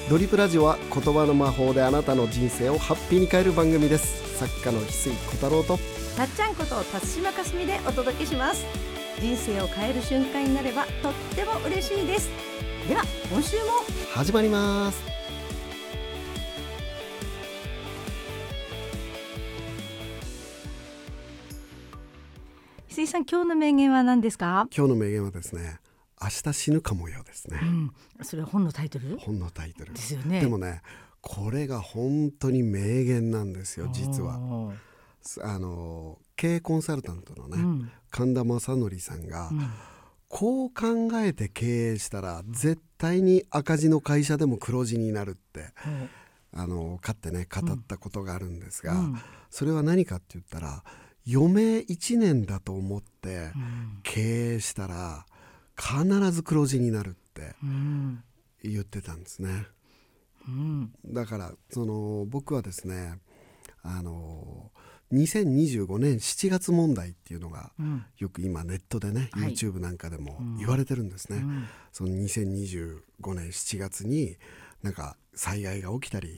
ドリップラジオは言葉の魔法であなたの人生をハッピーに変える番組です。作家の翡翠小太郎とたっちゃんこと辰島かすみでお届けします。人生を変える瞬間になればとっても嬉しいです。では今週も始まります。 翡翠さん、今日の名言は何ですか？ 今日の名言はですね、明日死ぬかもよですね、 それは本のタイトル本のタイトルですよね。 でもね、これが本当に名言なんですよ。実は経営コンサルタントのね、神田正則さんが、こう考えて経営したら絶対に赤字の会社でも黒字になるって、かってね語ったことがあるんですが、それは何かって言ったら、余命1年だと思って経営したら必ず黒字になるって言ってたんですね。だから僕はですね、2025年7月問題っていうのが、よく今ネットでね、YouTube なんかでも言われてるんですね。その2025年7月になんか災害が起きたり、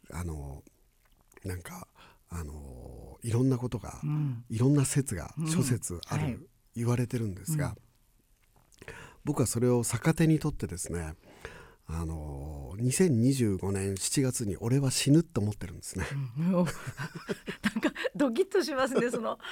なんかいろんなことが、いろんな説が、諸説ある、言われてるんですが、僕はそれを逆手にとってですね、2025年7月に俺は死ぬって思ってるんですね。 なんかドキッとしますね。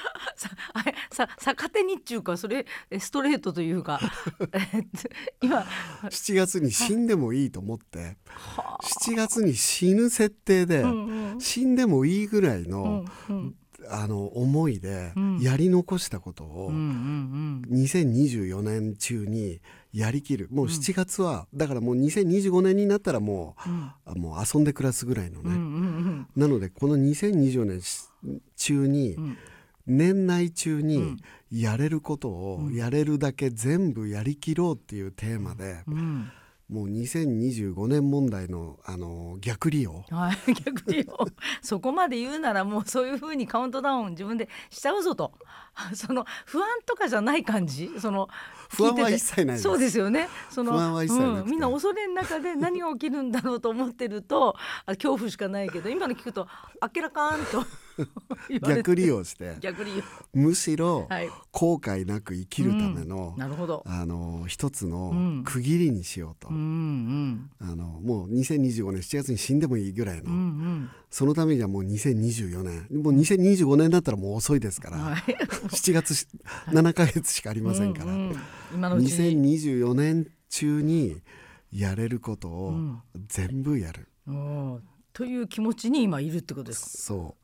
逆手にっていうか、それストレートというか今 7月に死んでもいいと思って、7月に死ぬ設定で、死んでもいいぐらいの、思いでやり残したことを2024年中にやりきる。もう7月はだからもう2025年になったらもう遊んで暮らすぐらいのね、なのでこの2024年中に、年内中にやれることをやれるだけ全部やりきろうっていうテーマで、もう2025年問題の、逆利用、 逆利用そこまで言うなら、もうそういう風にカウントダウン自分でしちゃうぞとその不安とかじゃない感じ、 不安は一切ないです。 そうですよね。 不安は一切なくて、 みんな恐れの中で何が起きるんだろうと思ってると恐怖しかないけど、今の聞くと明らかんと言われて逆利用してむしろ後悔なく生きるための、一つの区切りにしようと、もう2025年7月に死んでもいいぐらいの、そのためにはもう2024年、もう2025年だったらもう遅いですから、7月7ヶ月しかありませんから、 今のうちに 2024年中にやれることを全部やる、 という気持ちに今いるってことですか？ そう、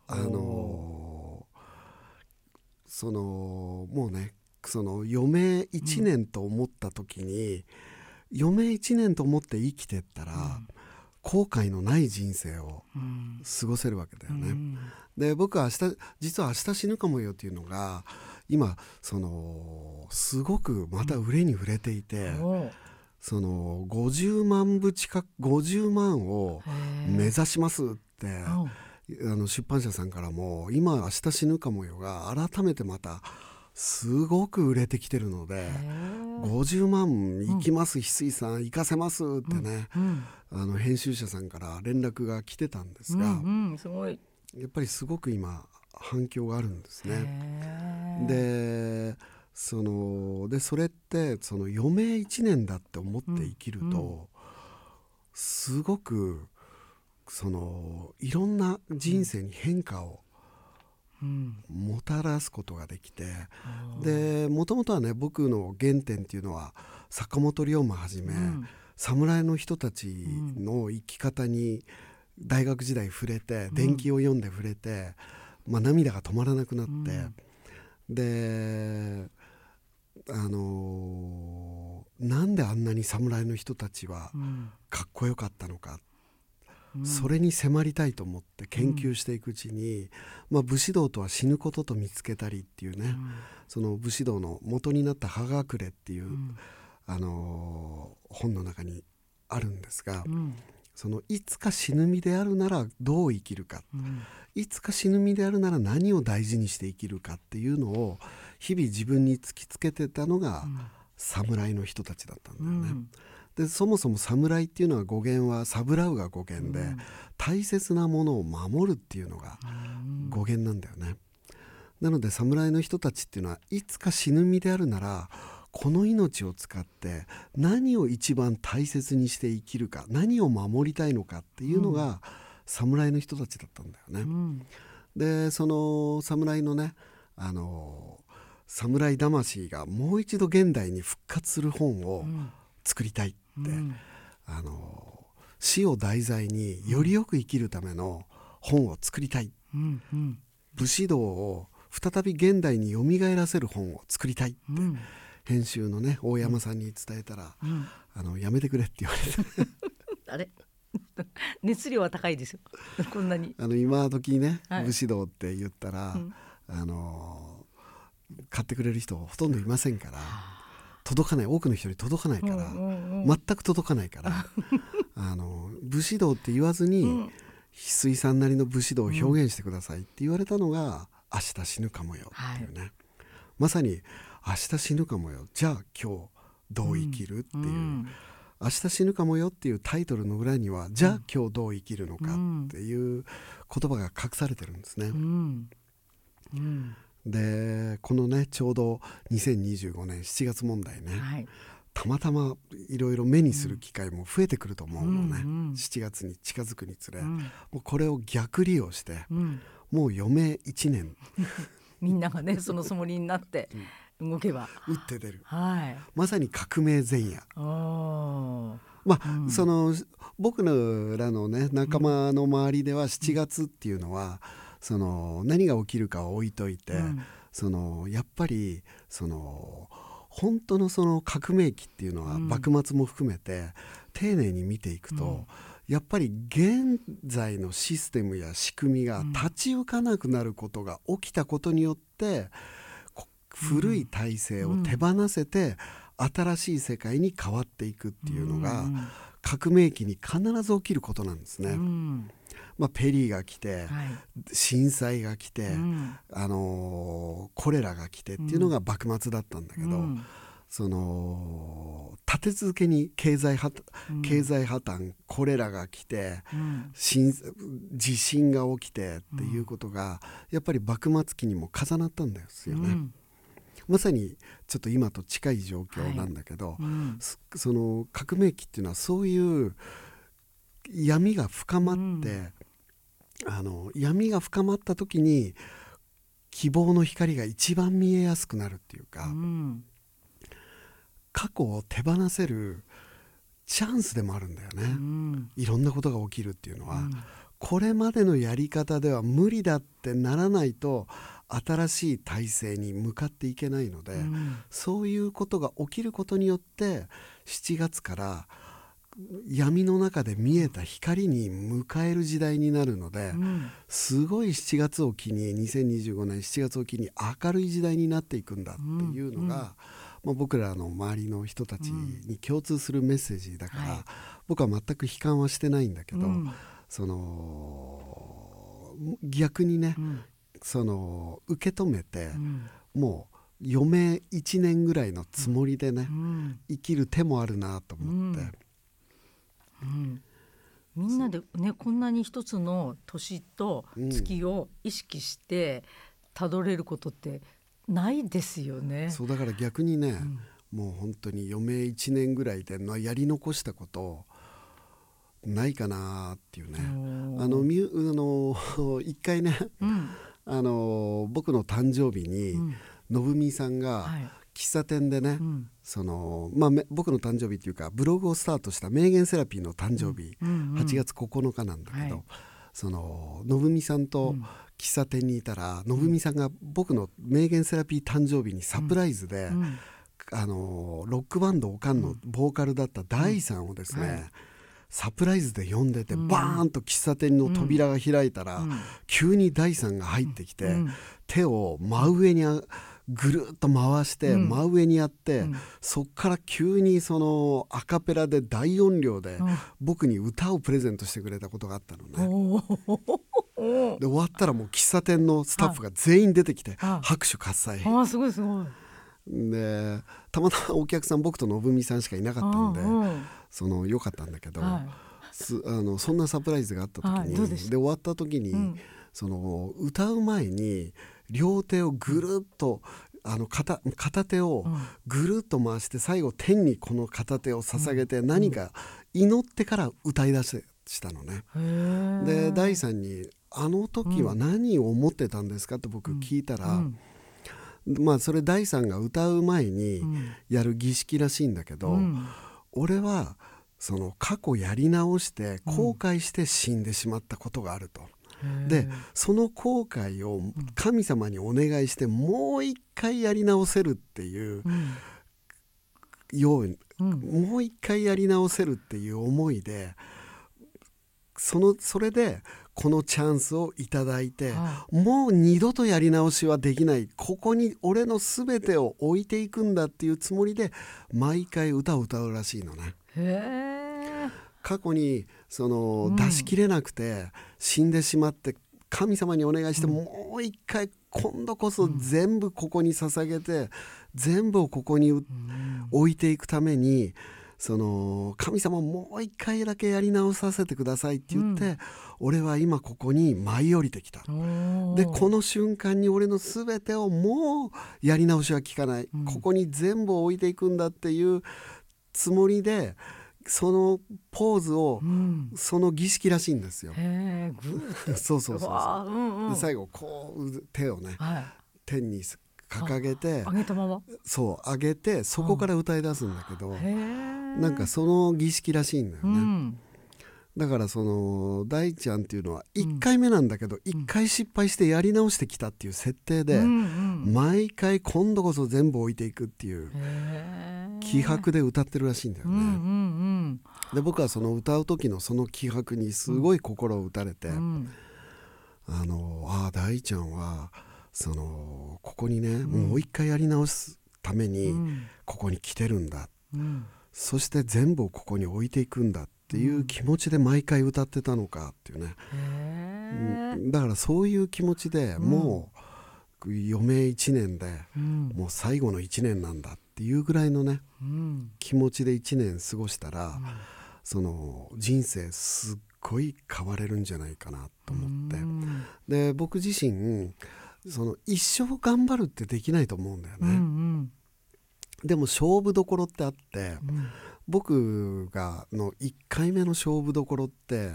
もうね、余命1年と思った時に、余命1年と思って生きてったら、後悔のない人生を過ごせるわけだよね。で、僕は実は明日死ぬかもよっていうのが今すごくまた売れに売れていて、50万部近く、50万を目指しますって出版社さんからも、今明日死ぬかもよが改めてまたすごく売れてきてるので、50万いきます、翡翠さん行かせますってね、編集者さんから連絡が来てたんですが、 すごい、 やっぱりすごく今反響があるんですね。でそれって余命1年だって思って生きると、すごくいろんな人生に変化をもたらすことができて、でもともとはね、僕の原点っていうのは坂本龍馬はじめ、侍の人たちの生き方に大学時代触れて、伝記を読んで触れて、涙が止まらなくなって、でなんであんなに侍の人たちはかっこよかったのか、それに迫りたいと思って研究していくうちに、武士道とは死ぬことと見つけたりっていうね、その武士道の元になった葉隠れっていう、本の中にあるんですが、いつか死ぬ身であるならどう生きるか、いつか死ぬ身であるなら何を大事にして生きるかっていうのを日々自分に突きつけてたのが、侍の人たちだったんだよね。 でそもそも侍っていうのは語源はサブラウが語源で、大切なものを守るっていうのが語源なんだよね。なので侍の人たちっていうのはいつか死ぬ身であるならこの命を使って何を一番大切にして生きるか、何を守りたいのかっていうのが侍の人たちだったんだよね。でその侍のね侍魂がもう一度現代に復活する本を作りたいって、死を題材によりよく生きるための本を作りたい、武士道を再び現代によみがえらせる本を作りたいって、編集のね大山さんに伝えたら、やめてくれって言われてあれ熱量は高いですよこんなに今時ね、武士道って言ったら、買ってくれる人ほとんどいませんから、届かない、多くの人に届かないから、全く届かないから武士道って言わずに、翡翠さんなりの武士道を表現してくださいって言われたのが、明日死ぬかもよっていうね、まさに明日死ぬかもよ、じゃあ今日どう生きるっていう、明日死ぬかもよっていうタイトルの裏には、じゃあ今日どう生きるのかっていう言葉が隠されてるんですね。でこのねちょうど2025年7月問題ね、たまたまいろいろ目にする機会も増えてくると思うのね、7月に近づくにつれ、もうこれを逆利用して、もう余命1年みんながねそのつもりになって動けば打って出る、 まさに革命前夜。その僕らのね仲間の周りでは7月っていうのは、その何が起きるかを置いといて、そのやっぱりその本当のその革命期っていうのは、幕末も含めて丁寧に見ていくと、やっぱり現在のシステムや仕組みが立ち行かなくなることが起きたことによって、古い体制を手放せて、新しい世界に変わっていくっていうのが、革命期に必ず起きることなんですね。ペリーが来て、震災が来て、コレラが来てっていうのが幕末だったんだけど、その立て続けに経済破綻、コレラが来て、地震が起きてっていうことが、やっぱり幕末期にも重なったんですよね。まさにちょっと今と近い状況なんだけど、その革命期っていうのはそういう闇が深まって、闇が深まった時に希望の光が一番見えやすくなるっていうか、過去を手放せるチャンスでもあるんだよね、いろんなことが起きるっていうのは、これまでのやり方では無理だってならないと新しい体制に向かっていけないので、そういうことが起きることによって7月から闇の中で見えた光に迎える時代になるので、すごい7月を機に2025年7月を機に明るい時代になっていくんだっていうのが、僕らの周りの人たちに共通するメッセージだから、僕は全く悲観はしてないんだけど、その逆にね、その受け止めて、もう余命1年ぐらいのつもりでね、生きる手もあるなと思って、 みんなでねこんなに一つの年と月を意識してたどれることってないですよね。 そうだから逆にね、もう本当に余命1年ぐらいでやり残したことないかなっていうね。一回ね、僕の誕生日に信美さんが喫茶店でね、僕の誕生日っていうかブログをスタートした名言セラピーの誕生日、8月9日なんだけど、その信美さんと喫茶店にいたら、信美さんが僕の名言セラピー誕生日にサプライズで、ロックバンドおかんのボーカルだった大さんをですね、サプライズで呼んでて、バーンと喫茶店の扉が開いたら、急に大さんが入ってきて、手を真上にぐるっと回して真上にやって、そっから急にそのアカペラで大音量で僕に歌をプレゼントしてくれたことがあったのね。で終わったらもう喫茶店のスタッフが全員出てきて、拍手喝采。 すごいすごい。 でたまたまお客さん僕と信美さんしかいなかったんで、良かったんだけど、そんなサプライズがあった時に、で終わった時に、歌う前に両手をぐるっと片手をぐるっと回して最後天にこの片手を捧げて何か祈ってから歌い出したのね。で大さんにあの時は何を思ってたんですかって僕聞いたら、それ大さんが歌う前にやる儀式らしいんだけど、俺は過去やり直して後悔して死んでしまったことがあると。でその後悔を神様にお願いしてもう一回やり直せるっていうように、もう一回やり直せるっていう思いでそれでこのチャンスをいただいて、もう二度とやり直しはできない、ここに俺の全てを置いていくんだっていうつもりで毎回歌を歌うらしいのね。過去に出し切れなくて死んでしまって神様にお願いして、もう一回今度こそ全部ここに捧げて、全部をここに置いていくために神様もう一回だけやり直させてくださいって言って、俺は今ここに舞い降りてきた。でこの瞬間に俺の全てをもうやり直しは効かない、ここに全部を置いていくんだっていうつもりでそのポーズを、その儀式らしいんですよ。そう。で最後こう手をね、天に掲げて上げたまま上げてそこから歌い出すんだけど、なんかその儀式らしいんだよね。だから大ちゃんっていうのは1回目なんだけど、1回失敗してやり直してきたっていう設定で、毎回今度こそ全部置いていくっていう気迫で歌ってるらしいんだよね。で僕は歌う時のその気迫にすごい心を打たれて、大ちゃんはここにね、もう一回やり直すためにここに来てるんだ、そして全部をここに置いていくんだっていう気持ちで毎回歌ってたのかっていうね。だからそういう気持ちでもう余命1年でもう最後の1年なんだっていうぐらいのね、気持ちで1年過ごしたら、人生すっごい変われるんじゃないかなと思って、で僕自身一生頑張るってできないと思うんだよね。でも勝負どころってあって、僕がの1回目の勝負どころって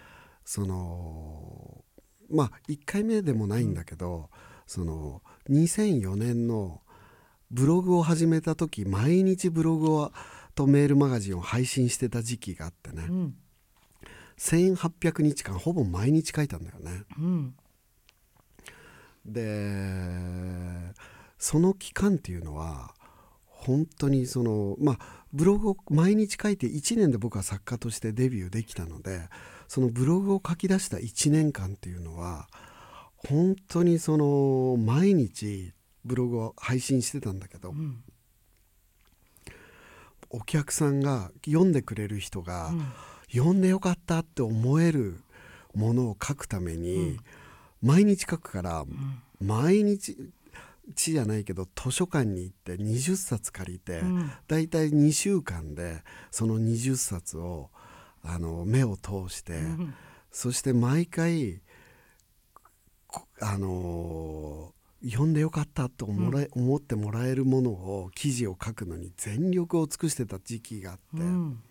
1回目でもないんだけど、2004年のブログを始めた時、毎日ブログとメールマガジンを配信してた時期があってね、1800日間ほぼ毎日書いたんだよね。でその期間っていうのは本当にブログを毎日書いて1年で僕は作家としてデビューできたので、そのブログを書き出した1年間っていうのは本当に毎日ブログを配信してたんだけど、お客さんが読んでくれる人が、読んでよかったって思えるものを書くために、毎日書くから、毎日じゃないけど図書館に行って20冊借りて、だいたい2週間でその20冊を目を通して、そして毎回読んでよかったと思ってもらえるものを記事を書くのに全力を尽くしてた時期があって、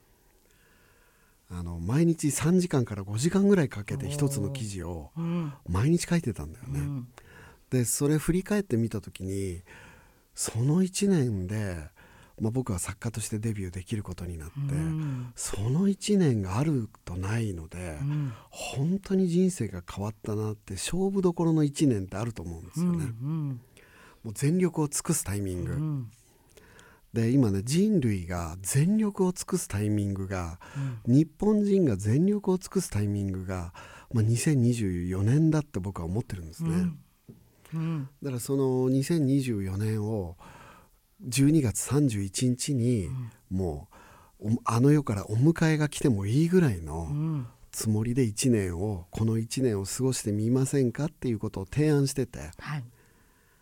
毎日3時間から5時間ぐらいかけて一つの記事を毎日書いてたんだよね。でそれ振り返ってみた時に、その1年で、僕は作家としてデビューできることになって、その1年があるとないので、本当に人生が変わったなって、勝負どころの1年ってあると思うんですよね。もう全力を尽くすタイミング、で今ね、人類が全力を尽くすタイミングが、日本人が全力を尽くすタイミングが、2024年だって僕は思ってるんですね。だからその2024年を12月31日にもうあの世からお迎えが来てもいいぐらいのつもりでこの1年を過ごしてみませんかっていうことを提案してて、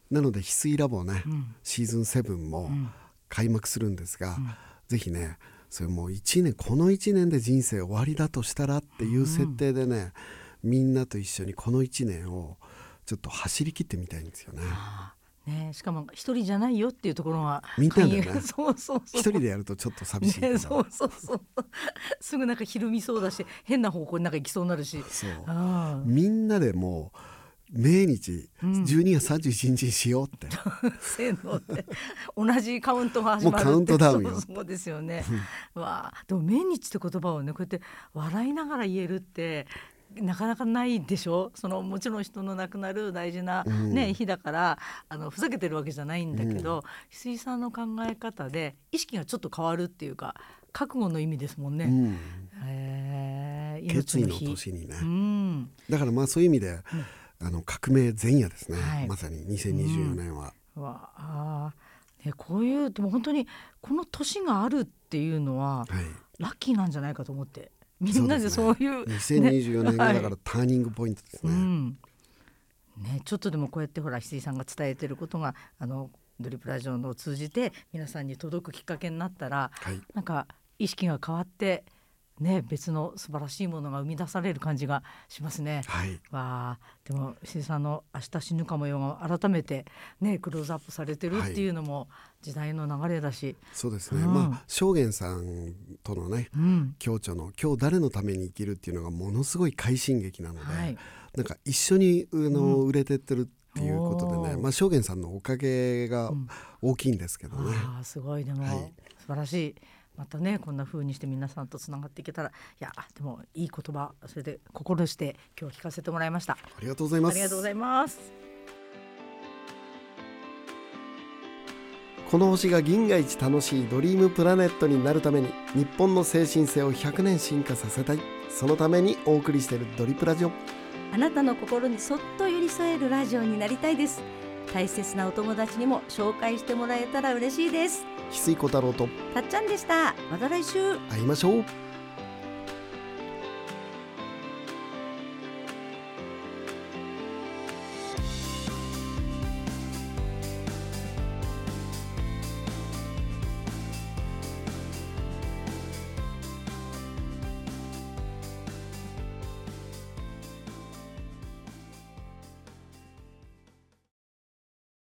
なので翡翠ラボね、シーズン7も開幕するんですが、ぜひねそれもう1年この1年で人生終わりだとしたらっていう設定でね、みんなと一緒にこの1年をちょっと走り切ってみたいんですよね。 ね、しかも一人じゃないよっていうところがみんなでねそう一人でやるとちょっと寂しいけど、 そうすぐなんかひるみそうだし変な方向になんか行きそうになるし、 みんなでもう命日12月31日にしようって、 せーので同じカウントが始まるって、 もうカウントダウンよ。 そうですよね。わあ、でも命日って言葉をねこうやって笑いながら言えるってなかなかないでしょ。もちろん人の亡くなる大事な、日だからふざけてるわけじゃないんだけど、翡翠さんの考え方で意識がちょっと変わるっていうか覚悟の意味ですもんね。 決意の年にね、だからまあそういう意味で、革命前夜ですね、まさに2024年は。 こういうでも本当にこの年があるっていうのは、ラッキーなんじゃないかと思って。みんなでそういう、 2024年がだからターニングポイントですね。 ちょっとでもこうやってほら翡翠さんが伝えてることがドリップラジオを通じて皆さんに届くきっかけになったら、なんか意識が変わって別の素晴らしいものが生み出される感じがしますね。でも翡翠さんの明日死ぬかもよが改めてクローズアップされてるっていうのも時代の流れだし、 そうですね、正元さんとのね、共著の今日誰のために生きるっていうのがものすごい快進撃なので、なんか一緒に売れてってるっていうことでね、正元さんのおかげが大きいんですけどね。 すごい、でも、素晴らしい。またこんな風にして皆さんとつながっていけたら、でもいい言葉、それで心して今日聞かせてもらいました。 ありがとうございます。 ありがとうございます。 この星が銀河一楽しいドリームプラネットになるために日本の精神性を100年進化させたい、そのためにお送りしているドリプラジオ。 あなたの心にそっと寄り添えるラジオになりたいです。大切なお友達にも紹介してもらえたら嬉しいです。 翡翠小太郎とたっちゃんでした。また来週会いましょう。